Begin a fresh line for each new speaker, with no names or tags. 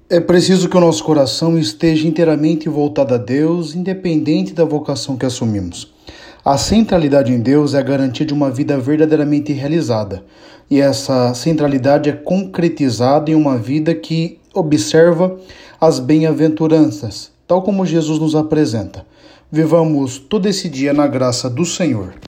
É preciso que o nosso coração esteja inteiramente voltado a Deus, independente da vocação que assumimos. A centralidade em Deus é a garantia de uma vida verdadeiramente realizada, e essa centralidade é concretizada em uma vida que observa as bem-aventuranças, tal como Jesus nos apresenta. Vivamos todo esse dia na graça do Senhor.